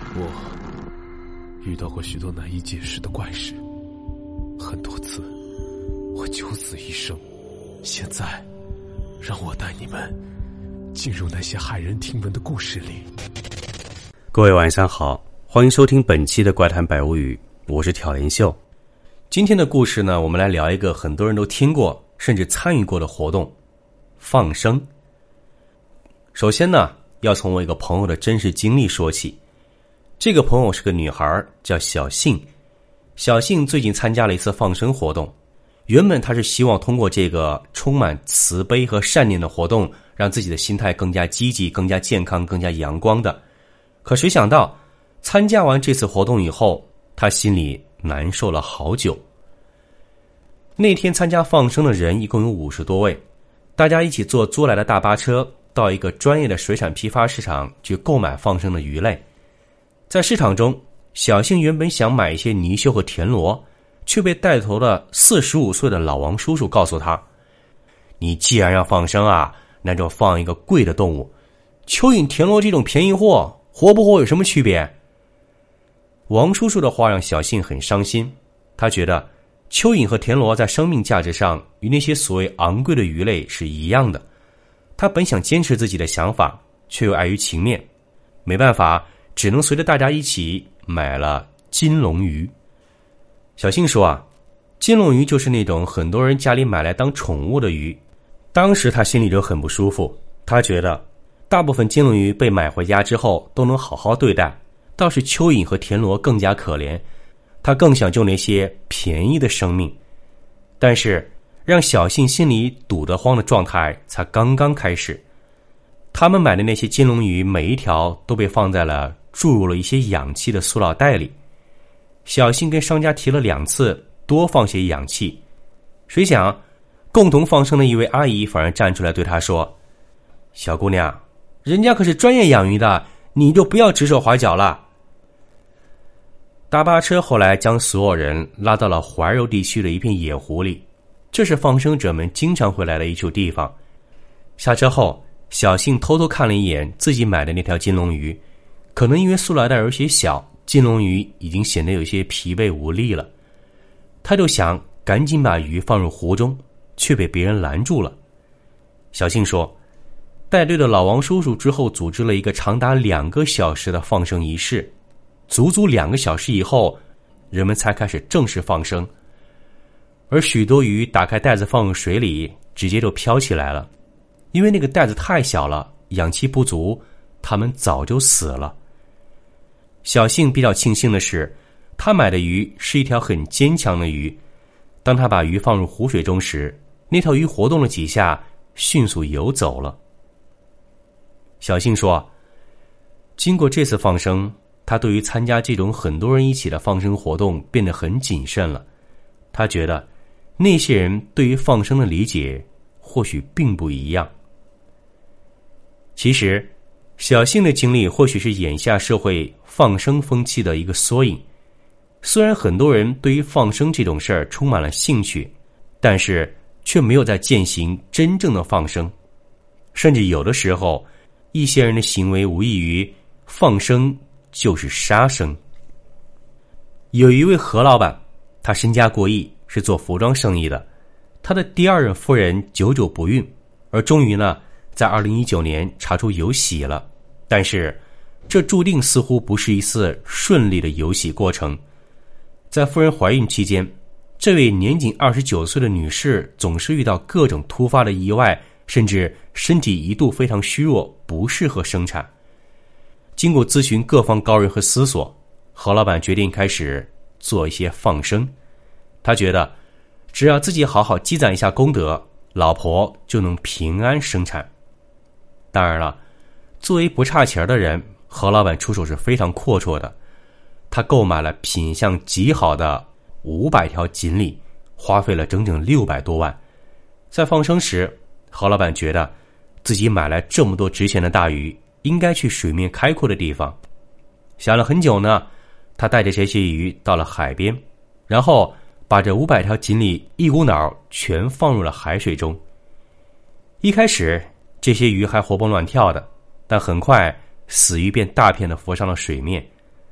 我遇到过许多难以解释的怪事，很多次我九死一生。现在让我带你们进入那些骇人听闻的故事里。 各位晚上好，欢迎收听本期的怪谈百物语，我是挑帘秀。今天的故事呢，我们来聊一个很多人都听过甚至参与过的活动——放生。首先呢，要从我一个朋友的真实经历说起。这个朋友是个女孩，叫小信。小信最近参加了一次放生活动，原本她是希望通过这个充满慈悲和善念的活动，让自己的心态更加积极、更加健康、更加阳光的。可谁想到，参加完这次活动以后，她心里难受了好久。那天参加放生的人一共有50多位，大家一起坐租来的大巴车到一个专业的水产批发市场去购买放生的鱼类。在市场中，小信原本想买一些泥鳅和田螺，却被带头的45岁的老王叔叔告诉他：你既然要放生啊，那就放一个贵的动物，蚯蚓、田螺这种便宜货，活不活有什么区别？王叔叔的话让小信很伤心，他觉得蚯蚓和田螺在生命价值上与那些所谓昂贵的鱼类是一样的。他本想坚持自己的想法，却又碍于情面，没办法，只能随着大家一起买了金龙鱼。小信说啊，金龙鱼就是那种很多人家里买来当宠物的鱼。当时他心里就很不舒服，他觉得大部分金龙鱼被买回家之后都能好好对待，倒是蚯蚓和田螺更加可怜，他更想救那些便宜的生命。但是让小信心里堵得慌的状态才刚刚开始。他们买的那些金龙鱼每一条都被放在了注入了一些氧气的塑料袋里。小信跟商家提了2次多放些氧气，谁想共同放生的一位阿姨反而站出来对他说：小姑娘，人家可是专业养鱼的，你就不要指手画脚了。大巴车后来将所有人拉到了怀柔地区的一片野湖里，这是放生者们经常会来的一处地方。下车后，小信偷偷看了一眼自己买的那条金龙鱼，可能因为塑料袋有些小，金龙鱼已经显得有些疲惫无力了。他就想赶紧把鱼放入湖中，却被别人拦住了。小信说，带队的老王叔叔之后组织了一个长达2个小时的放生仪式，足足2个小时以后，人们才开始正式放生。而许多鱼打开袋子放入水里，直接就飘起来了。因为那个袋子太小了，氧气不足，它们早就死了。小信比较庆幸的是，他买的鱼是一条很坚强的鱼。当他把鱼放入湖水中时，那条鱼活动了几下，迅速游走了。小信说，经过这次放生，他对于参加这种很多人一起的放生活动变得很谨慎了。他觉得那些人对于放生的理解或许并不一样。其实小信的经历或许是眼下社会放生风气的一个缩影。虽然很多人对于放生这种事儿充满了兴趣，但是却没有在践行真正的放生。甚至有的时候，一些人的行为无异于放生就是杀生。有一位何老板，他身家过亿，是做服装生意的。他的第2任夫人久久不孕，而终于呢，在2019年查出有喜了。但是这注定似乎不是一次顺利的有喜过程。在夫人怀孕期间，这位年仅29岁的女士总是遇到各种突发的意外，甚至身体一度非常虚弱，不适合生产。经过咨询各方高人和思索，何老板决定开始做一些放生。他觉得只要自己好好积攒一下功德，老婆就能平安生产。当然了，作为不差钱的人，何老板出手是非常阔绰的。他购买了品相极好的500条锦鲤，花费了整整600多万。在放生时，何老板觉得自己买来这么多值钱的大鱼，应该去水面开阔的地方。想了很久呢，他带着这些鱼到了海边，然后把这500条锦鲤一股脑全放入了海水中。一开始这些鱼还活蹦乱跳的，但很快死鱼便大片的浮上了水面。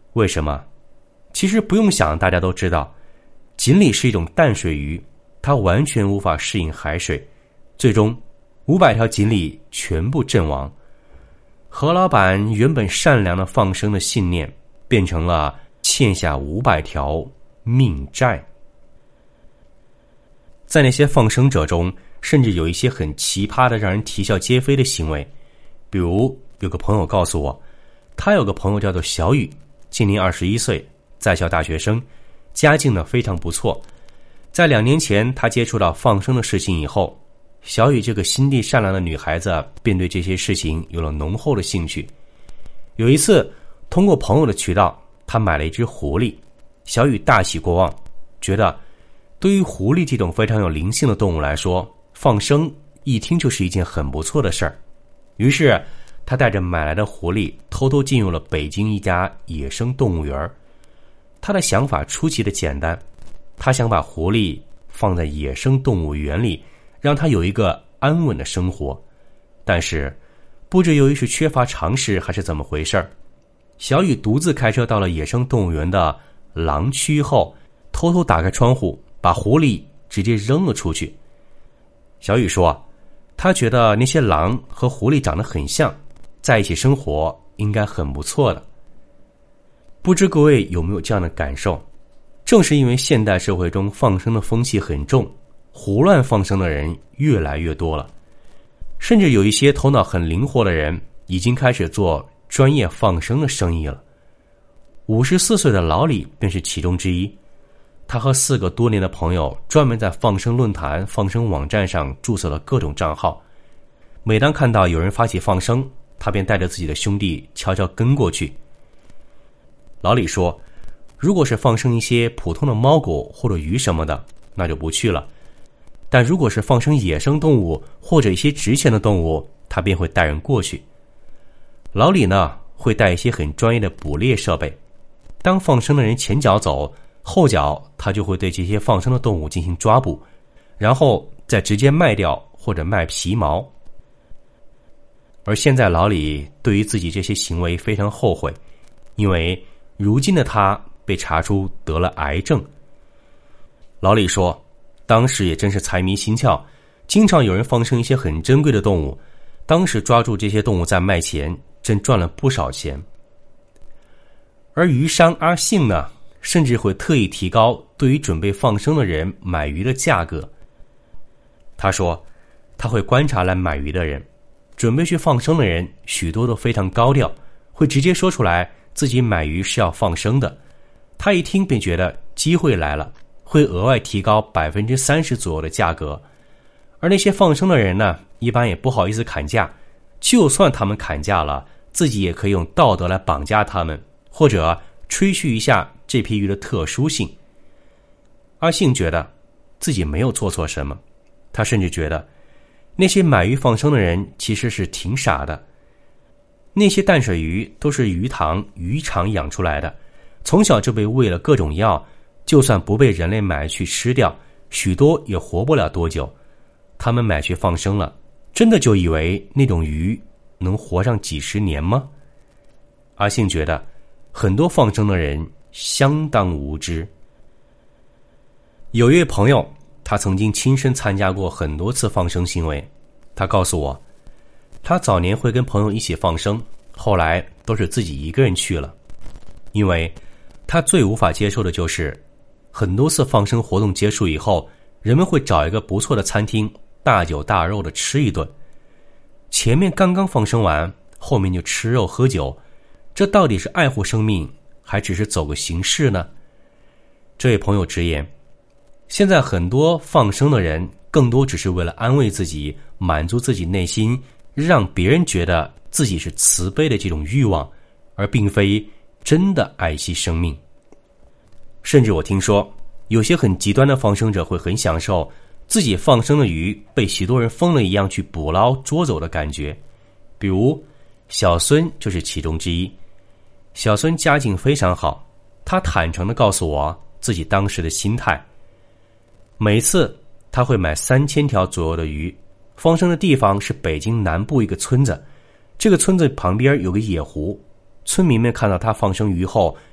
为什么？其实不用想，大家都知道，锦鲤是一种淡水鱼，它完全无法适应海水，最终500条锦鲤全部阵亡。何老板原本善良的放生的信念，变成了欠下500条命债。在那些放生者中，甚至有一些很奇葩的让人啼笑皆非的行为。比如有个朋友告诉我，他有个朋友叫做小雨，今年21岁，在校大学生，家境呢非常不错。在2年前他接触到放生的事情以后，小雨这个心地善良的女孩子便对这些事情有了浓厚的兴趣。有一次通过朋友的渠道，他买了一只狐狸，小雨大喜过望，觉得对于狐狸这种非常有灵性的动物来说，放生一听就是一件很不错的事儿。于是他带着买来的狐狸偷偷进入了北京一家野生动物园。他的想法出奇的简单，他想把狐狸放在野生动物园里，让它有一个安稳的生活。但是不知由于是缺乏常识还是怎么回事，小雨独自开车到了野生动物园的狼区后，偷偷打开窗户，把狐狸直接扔了出去。小雨说，他觉得那些狼和狐狸长得很像，在一起生活应该很不错的。不知各位有没有这样的感受？正是因为现代社会中放生的风气很重，胡乱放生的人越来越多了，甚至有一些头脑很灵活的人已经开始做专业放生的生意了。54岁的老李便是其中之一，他和4个多年的朋友专门在放生论坛、放生网站上注册了各种账号。每当看到有人发起放生，他便带着自己的兄弟悄悄跟过去。老李说，如果是放生一些普通的猫狗或者鱼什么的，那就不去了。但如果是放生野生动物或者一些值钱的动物，他便会带人过去。老李呢，会带一些很专业的捕猎设备，当放生的人前脚走，后脚他就会对这些放生的动物进行抓捕，然后再直接卖掉或者卖皮毛。而现在老李对于自己这些行为非常后悔，因为如今的他被查出得了癌症。老李说，当时也真是财迷心窍，经常有人放生一些很珍贵的动物，当时抓住这些动物再卖钱，真赚了不少钱。而鱼商阿信呢，甚至会特意提高对于准备放生的人买鱼的价格。他说，他会观察来买鱼的人，准备去放生的人许多都非常高调，会直接说出来自己买鱼是要放生的。他一听便觉得机会来了，会额外提高 30% 左右的价格。而那些放生的人呢，一般也不好意思砍价，就算他们砍价了，自己也可以用道德来绑架他们，或者吹嘘一下这批鱼的特殊性。阿信觉得自己没有做错什么，他甚至觉得那些买鱼放生的人其实是挺傻的。那些淡水鱼都是鱼塘、渔场养出来的，从小就被喂了各种药，就算不被人类买去吃掉，许多也活不了多久。他们买去放生了，真的就以为那种鱼能活上几十年吗？阿信觉得很多放生的人相当无知。有一位朋友，他曾经亲身参加过很多次放生行为。他告诉我，他早年会跟朋友一起放生，后来都是自己一个人去了。因为他最无法接受的就是很多次放生活动结束以后，人们会找一个不错的餐厅，大酒大肉的吃一顿。前面刚刚放生完，后面就吃肉喝酒，这到底是爱护生命，还只是走个形式呢？这位朋友直言，现在很多放生的人更多只是为了安慰自己，满足自己内心让别人觉得自己是慈悲的这种欲望，而并非真的爱惜生命。甚至我听说有些很极端的放生者会很享受自己放生的鱼被许多人疯了一样去捕捞捉走的感觉。比如小孙就是其中之一。小孙家境非常好，他坦诚地告诉我自己当时的心态。每次他会买3000条左右的鱼，放生的地方是北京南部一个村子，这个村子旁边有个野湖，村民们看到他放生鱼后，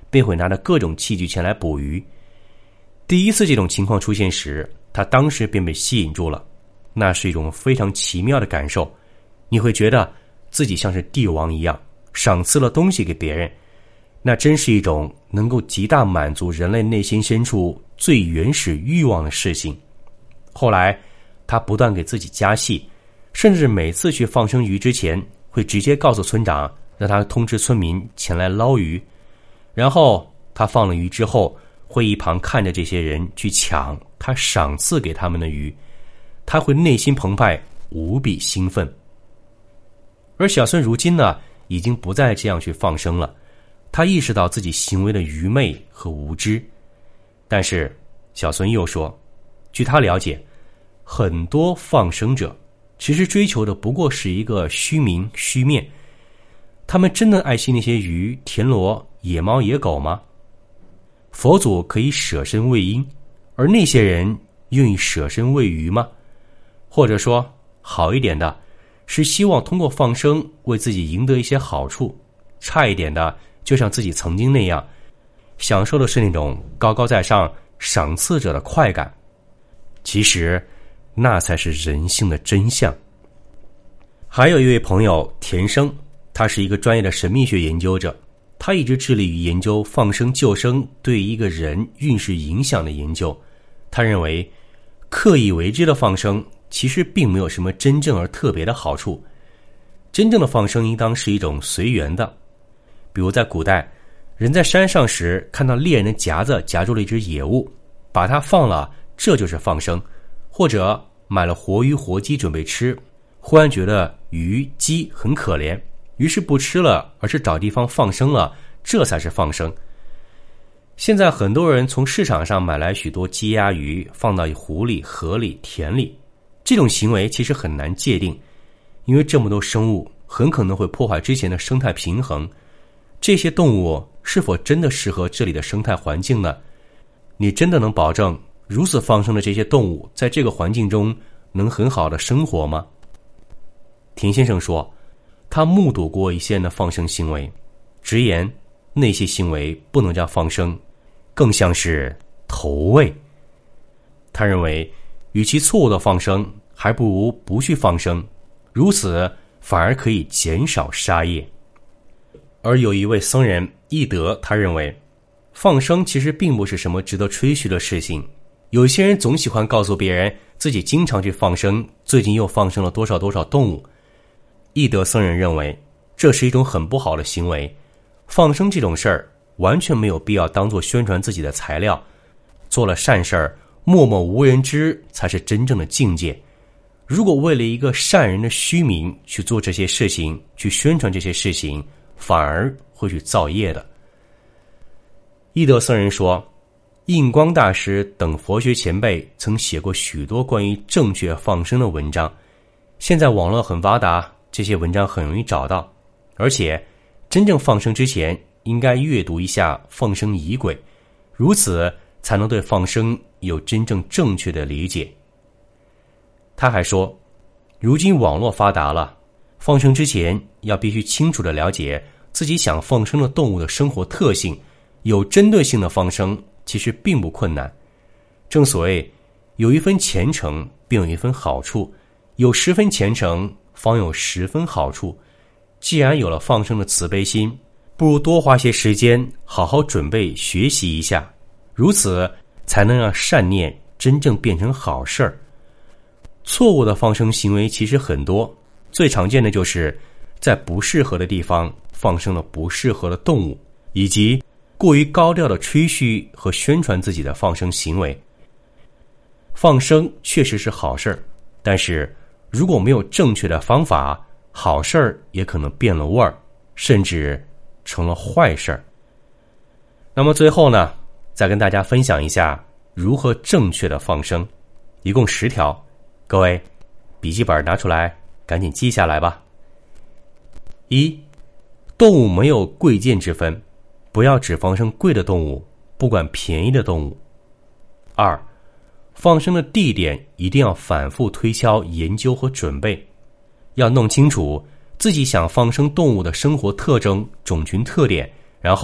便会拿着各种器具前来捕鱼。第一次这种情况出现时，他当时便被吸引住了，那是一种非常奇妙的感受，你会觉得自己像是帝王一样，赏赐了东西给别人，那真是一种能够极大满足人类内心深处最原始欲望的事情。后来他不断给自己加戏，甚至每次去放生鱼之前会直接告诉村长，让他通知村民前来捞鱼，然后他放了鱼之后会一旁看着这些人去抢他赏赐给他们的鱼，他会内心澎湃，无比兴奋。而小孙如今呢，已经不再这样去放生了，他意识到自己行为的愚昧和无知。但是小孙又说，据他了解，很多放生者其实追求的不过是一个虚名虚面，他们真的爱惜那些鱼、田螺、野猫野狗吗？佛祖可以舍身喂鹰，而那些人愿意舍身喂鱼吗？或者说好一点的是希望通过放生为自己赢得一些好处，差一点的就像自己曾经那样，享受的是那种高高在上赏赐者的快感。其实那才是人性的真相。还有一位朋友田生，他是一个专业的神秘学研究者，他一直致力于研究放生救生对一个人运势影响的研究。他认为刻意为之的放生其实并没有什么真正而特别的好处，真正的放生应当是一种随缘的。比如在古代，人在山上时看到猎人的夹子夹住了一只野物，把它放了，这就是放生。或者买了活鱼活鸡准备吃，忽然觉得鱼鸡很可怜，于是不吃了，而是找地方放生了，这才是放生。现在很多人从市场上买来许多鸡鸭鱼，放到湖里、河里、田里，这种行为其实很难界定，因为这么多生物很可能会破坏之前的生态平衡。这些动物是否真的适合这里的生态环境呢？你真的能保证如此放生的这些动物在这个环境中能很好的生活吗？田先生说，他目睹过一些人的放生行为，直言那些行为不能叫放生，更像是投喂。他认为与其错误的放生，还不如不去放生，如此反而可以减少杀业。而有一位僧人义德，他认为放生其实并不是什么值得吹嘘的事情。有些人总喜欢告诉别人自己经常去放生，最近又放生了多少多少动物。义德僧人认为这是一种很不好的行为，放生这种事儿完全没有必要当作宣传自己的材料，做了善事儿默默无人知才是真正的境界。如果为了一个善人的虚名去做这些事情，去宣传这些事情，反而会去造业的。义德僧人说，印光大师等佛学前辈曾写过许多关于正确放生的文章，现在网络很发达，这些文章很容易找到，而且真正放生之前应该阅读一下放生仪轨，如此才能对放生有真正正确的理解。他还说，如今网络发达了，放生之前要必须清楚地了解自己想放生的动物的生活特性，有针对性的放生其实并不困难。正所谓有一分虔诚便有一分好处，有10分虔诚方有10分好处。既然有了放生的慈悲心，不如多花些时间好好准备学习一下，如此才能让善念真正变成好事儿。错误的放生行为其实很多，最常见的就是在不适合的地方放生了不适合的动物，以及过于高调的吹嘘和宣传自己的放生行为。放生确实是好事儿，但是如果没有正确的方法，好事儿也可能变了味儿，甚至成了坏事儿。那么最后呢，再跟大家分享一下如何正确的放生，一共10条，各位笔记本拿出来赶紧记下来吧。1. 动物没有贵贱之分，不要只放生贵的动物，不管便宜的动物。2. 放生的地点一定要反复推敲研究和准备，要弄清楚自己想放生动物的生活特征、种群特点，然后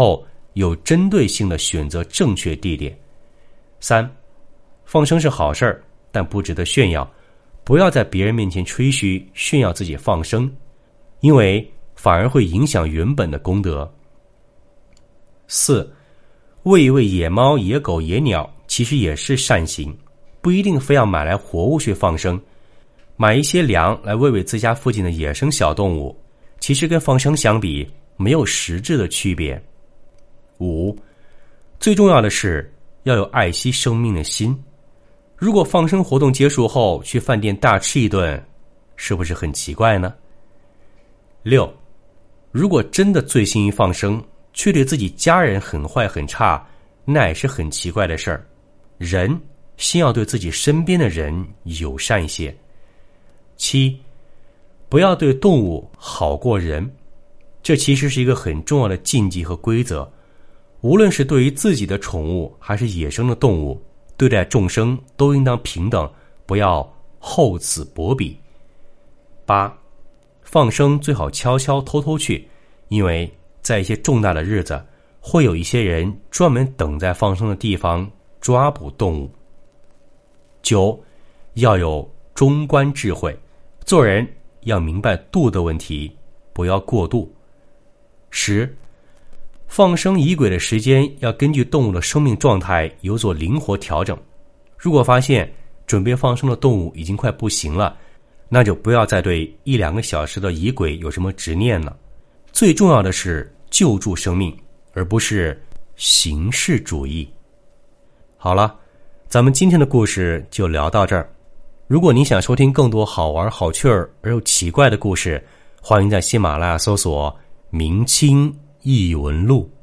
有针对性地选择正确地点。3. 放生是好事儿，但不值得炫耀，不要在别人面前吹嘘炫耀自己放生，因为反而会影响原本的功德。4. 喂一喂野猫、野狗、野鸟其实也是善行，不一定非要买来活物去放生，买一些粮来喂喂自家附近的野生小动物，其实跟放生相比没有实质的区别。5. 最重要的是要有爱惜生命的心。如果放生活动结束后去饭店大吃一顿，是不是很奇怪呢？ 6. 如果真的醉心于放生，却对自己家人很坏很差，那也是很奇怪的事儿。人先要对自己身边的人友善一些。7. 不要对动物好过人，这其实是一个很重要的禁忌和规则。无论是对于自己的宠物还是野生的动物，对待众生都应当平等，不要厚此薄彼。8. 放生最好悄悄偷偷去，因为在一些重大的日子，会有一些人专门等在放生的地方抓捕动物。9. 要有中观智慧，做人要明白度的问题，不要过度。10. 放生仪轨的时间要根据动物的生命状态有所灵活调整。如果发现准备放生的动物已经快不行了，那就不要再对1-2个小时的仪轨有什么执念了。最重要的是救助生命，而不是形式主义。好了，咱们今天的故事就聊到这儿。如果你想收听更多好玩好趣儿而又奇怪的故事，欢迎在喜马拉雅搜索明清异闻录。